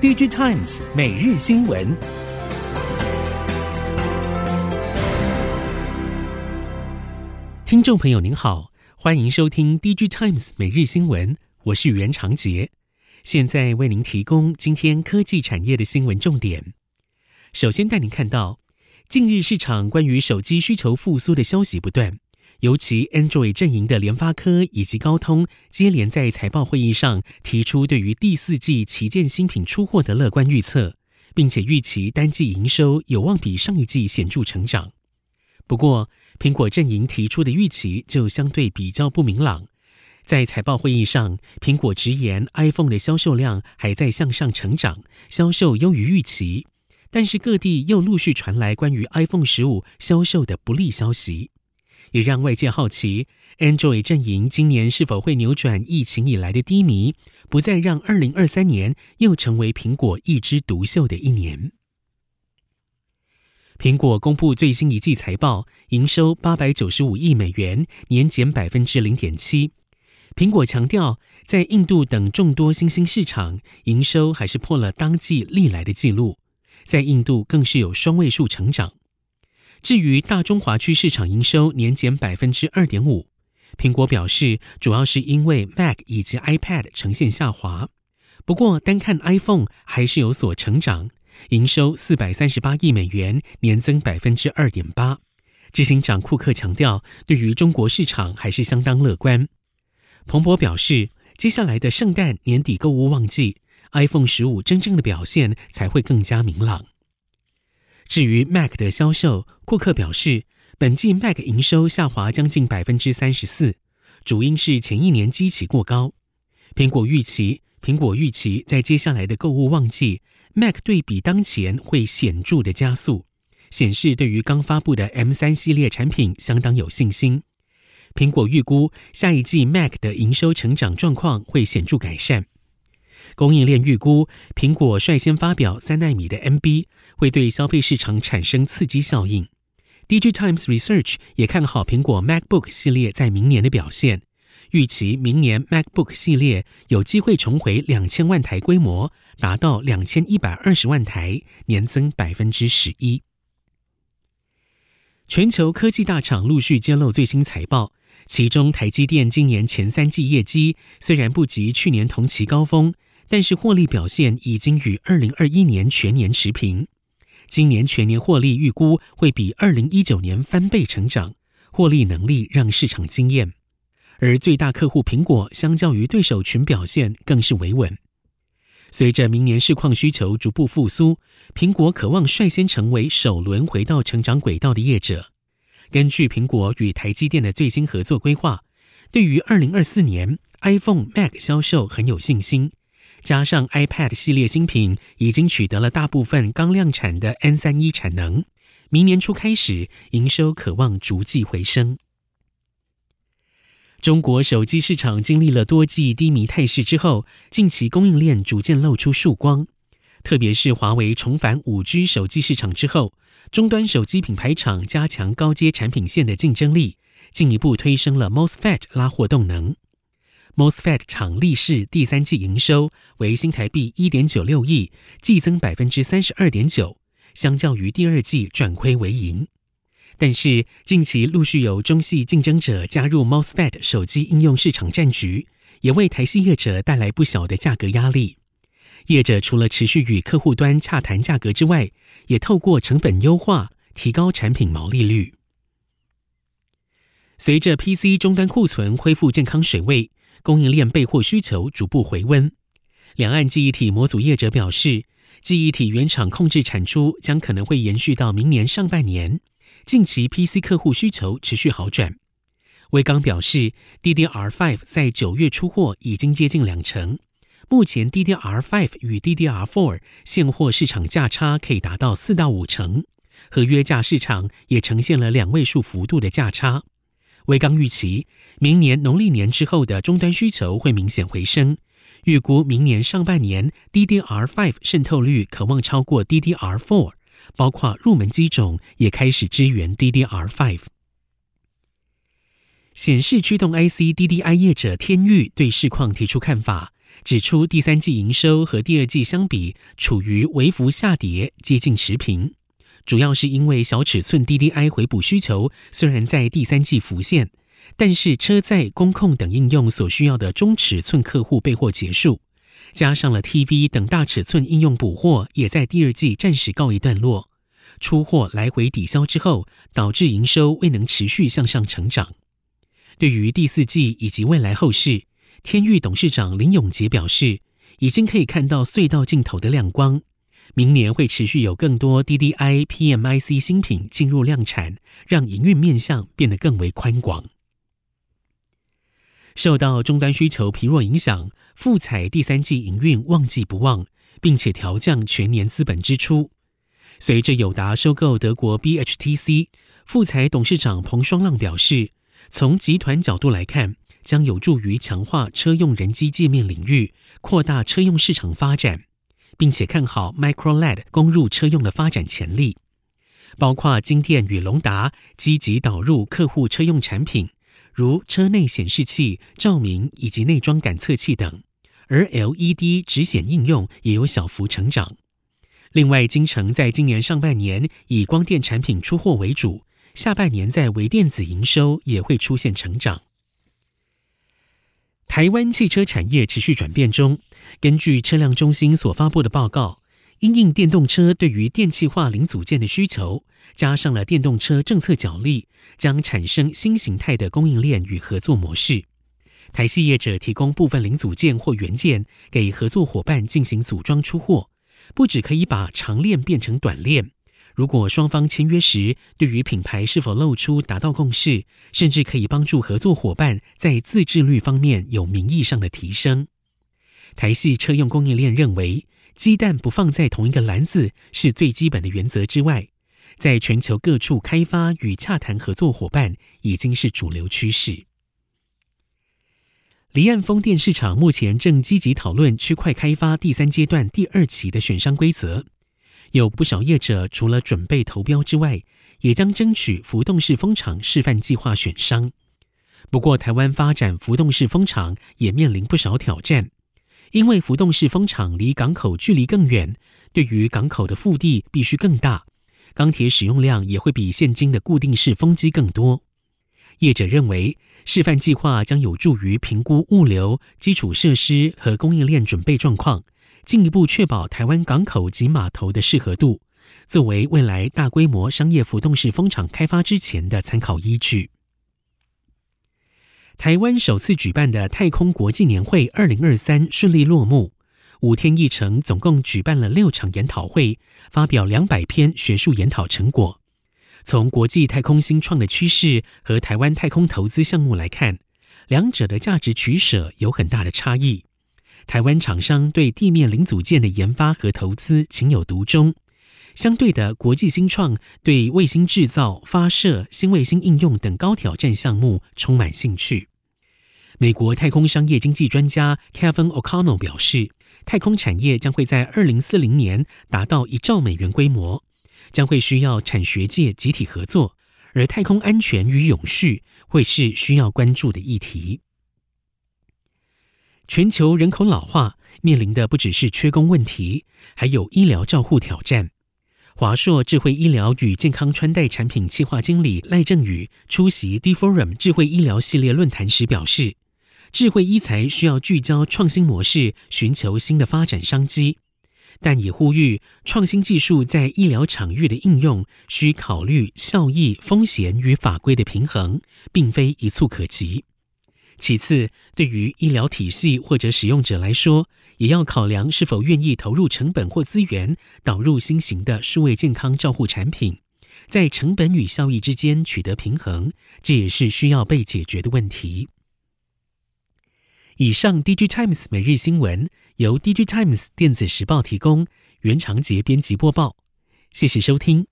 DG Times 每日新闻。听众朋友您好，欢迎收听 DG Times 每日新闻，我是袁长杰，现在为您提供今天科技产业的新闻重点。首先带您看到，近日市场关于手机需求复苏的消息不断，尤其 Android 阵营的联发科以及高通接连在财报会议上提出对于第四季旗舰新品出货的乐观预测，并且预期单季营收有望比上一季显著成长。不过，苹果阵营提出的预期就相对比较不明朗。在财报会议上，苹果直言 iPhone 的销售量还在向上成长，销售优于预期，但是各地又陆续传来关于 iPhone 15销售的不利消息，也让外界好奇 Android 阵营今年是否会扭转疫情以来的低迷，不再让2023年又成为苹果一枝独秀的一年。苹果公布最新一季财报，营收895亿美元，年减 0.7%。苹果强调，在印度等众多新兴市场，营收还是破了当季历来的纪录，在印度更是有双位数成长。至于大中华区市场营收年减 2.5%， 苹果表示主要是因为 Mac 以及 iPad 呈现下滑，不过单看 iPhone 还是有所成长，营收438亿美元，年增 2.8%。 执行长库克强调，对于中国市场还是相当乐观。彭博表示，接下来的圣诞年底购物旺季， iPhone 15真正的表现才会更加明朗。至于 Mac 的销售，库克表示，本季 Mac 营收下滑将近 34%， 主因是前一年基期过高。苹果预期在接下来的购物旺季， Mac 对比当前会显著的加速，显示对于刚发布的 M3 系列产品相当有信心。苹果预估下一季 Mac 的营收成长状况会显著改善。供应链预估，苹果率先发表3奈米的 MB， 会对消费市场产生刺激效应。DG Times Research 也看好苹果 MacBook 系列在明年的表现，预期明年 MacBook 系列有机会重回2000万台规模，达到2120万台，年增 11%。全球科技大厂陆续揭露最新财报，其中台积电今年前3季业绩虽然不及去年同期高峰，但是获利表现已经与2021年全年持平。今年全年获利预估会比2019年翻倍成长，获利能力让市场惊艳。而最大客户苹果相较于对手群表现更是维稳。随着明年市况需求逐步复苏，苹果渴望率先成为首轮回到成长轨道的业者。根据苹果与台积电的最新合作规划，对于2024年 iPhone Mac 销售很有信心，加上 iPad 系列新品已经取得了大部分刚量产的 N31 产能，明年初开始营收可望逐季回升。中国手机市场经历了多季低迷态势之后，近期供应链逐渐露出曙光，特别是华为重返 5G 手机市场之后，终端手机品牌厂加强高阶产品线的竞争力，进一步推升了 MOSFET 拉货动能。MOSFET 厂力士第3季营收为新台币 1.96 亿，季增 32.9%， 相较于第2季转亏为盈。但是近期陆续有中系竞争者加入 MOSFET 手机应用市场战局，也为台系业者带来不小的价格压力。业者除了持续与客户端洽谈价格之外，也透过成本优化提高产品毛利率。随着 PC 终端库存恢复健康水位，供应链备货需求逐步回温。两岸记忆体模组业者表示，记忆体原厂控制产出将可能会延续到明年上半年。近期 PC 客户需求持续好转。威刚表示 DDR5 在9月出货已经接近20%，目前 DDR5 与 DDR4 现货市场价差可以达到4到5成，合约价市场也呈现了2位数幅度的价差。威刚预期明年农历年之后的终端需求会明显回升，预估明年上半年 DDR5 渗透率可望超过 DDR4， 包括入门机种也开始支援 DDR5。 显示驱动 IC DDI 业者天钰对市况提出看法， 指出第三季营收和第二季相比处于微幅下跌，接近持平，主要是因为小尺寸 DDI 回补需求虽然在第三季浮现，但是车载、工控等应用所需要的中尺寸客户备货结束，加上了 TV 等大尺寸应用补货也在第二季暂时告一段落，出货来回抵消之后，导致营收未能持续向上成长。对于第四季以及未来后市，天钰董事长林永杰表示，已经可以看到隧道尽头的亮光，明年会持续有更多 DDI、PMIC 新品进入量产，让营运面向变得更为宽广。受到终端需求疲弱影响，富采第三季营运旺季不旺，并且调降全年资本支出。随着友达收购德国 BHTC， 富采董事长彭双浪表示，从集团角度来看，将有助于强化车用人机界面领域，扩大车用市场发展，并且看好 MicroLED 攻入车用的发展潜力，包括金电与隆达积极导入客户车用产品，如车内显示器、照明以及内装感测器等，而 LED 直显应用也有小幅成长。另外，精诚在今年上半年以光电产品出货为主，下半年在微电子营收也会出现成长。台湾汽车产业持续转变中，根据车辆中心所发布的报告，因应电动车对于电气化零组件的需求，加上了电动车政策角力，将产生新形态的供应链与合作模式。台系业者提供部分零组件或元件给合作伙伴进行组装出货，不只可以把长链变成短链，如果双方签约时对于品牌是否露出达到共识，甚至可以帮助合作伙伴在自制率方面有名义上的提升。台系车用供应链认为，鸡蛋不放在同一个篮子是最基本的原则之外，在全球各处开发与洽谈合作伙伴已经是主流趋势。离岸风电市场目前正积极讨论区块开发第三阶段第二期的选商规则，有不少业者除了准备投标之外，也将争取浮动式风场示范计划选商。不过，台湾发展浮动式风场也面临不少挑战，因为浮动式风场离港口距离更远，对于港口的腹地必须更大，钢铁使用量也会比现今的固定式风机更多。业者认为，示范计划将有助于评估物流、基础设施和供应链准备状况，进一步确保台湾港口及码头的适合度，作为未来大规模商业浮动式风场开发之前的参考依据。台湾首次举办的太空国际年会2023顺利落幕，5天议程，总共举办了6场研讨会，发表200篇学术研讨成果。从国际太空新创的趋势和台湾太空投资项目来看，两者的价值取舍有很大的差异。台湾厂商对地面零组件的研发和投资情有独钟，相对的，国际新创对卫星制造、发射、新卫星应用等高挑战项目充满兴趣。美国太空商业经济专家 Kevin O'Connell 表示，太空产业将会在2040年达到1兆美元规模，将会需要产学界集体合作，而太空安全与永续会是需要关注的议题。全球人口老化面临的不只是缺工问题，还有医疗照护挑战。华硕智慧医疗与健康穿戴产品企划经理赖正宇出席 D-Forum 智慧医疗系列论坛时表示，智慧医材需要聚焦创新模式，寻求新的发展商机，但也呼吁创新技术在医疗场域的应用需考虑效益、风险与法规的平衡，并非一蹴可及。其次，对于医疗体系或者使用者来说，也要考量是否愿意投入成本或资源，导入新型的数位健康照护产品，在成本与效益之间取得平衡，这也是需要被解决的问题。以上 DigiTimes 每日新闻由 DigiTimes 电子时报提供，袁长杰编辑播报，谢谢收听。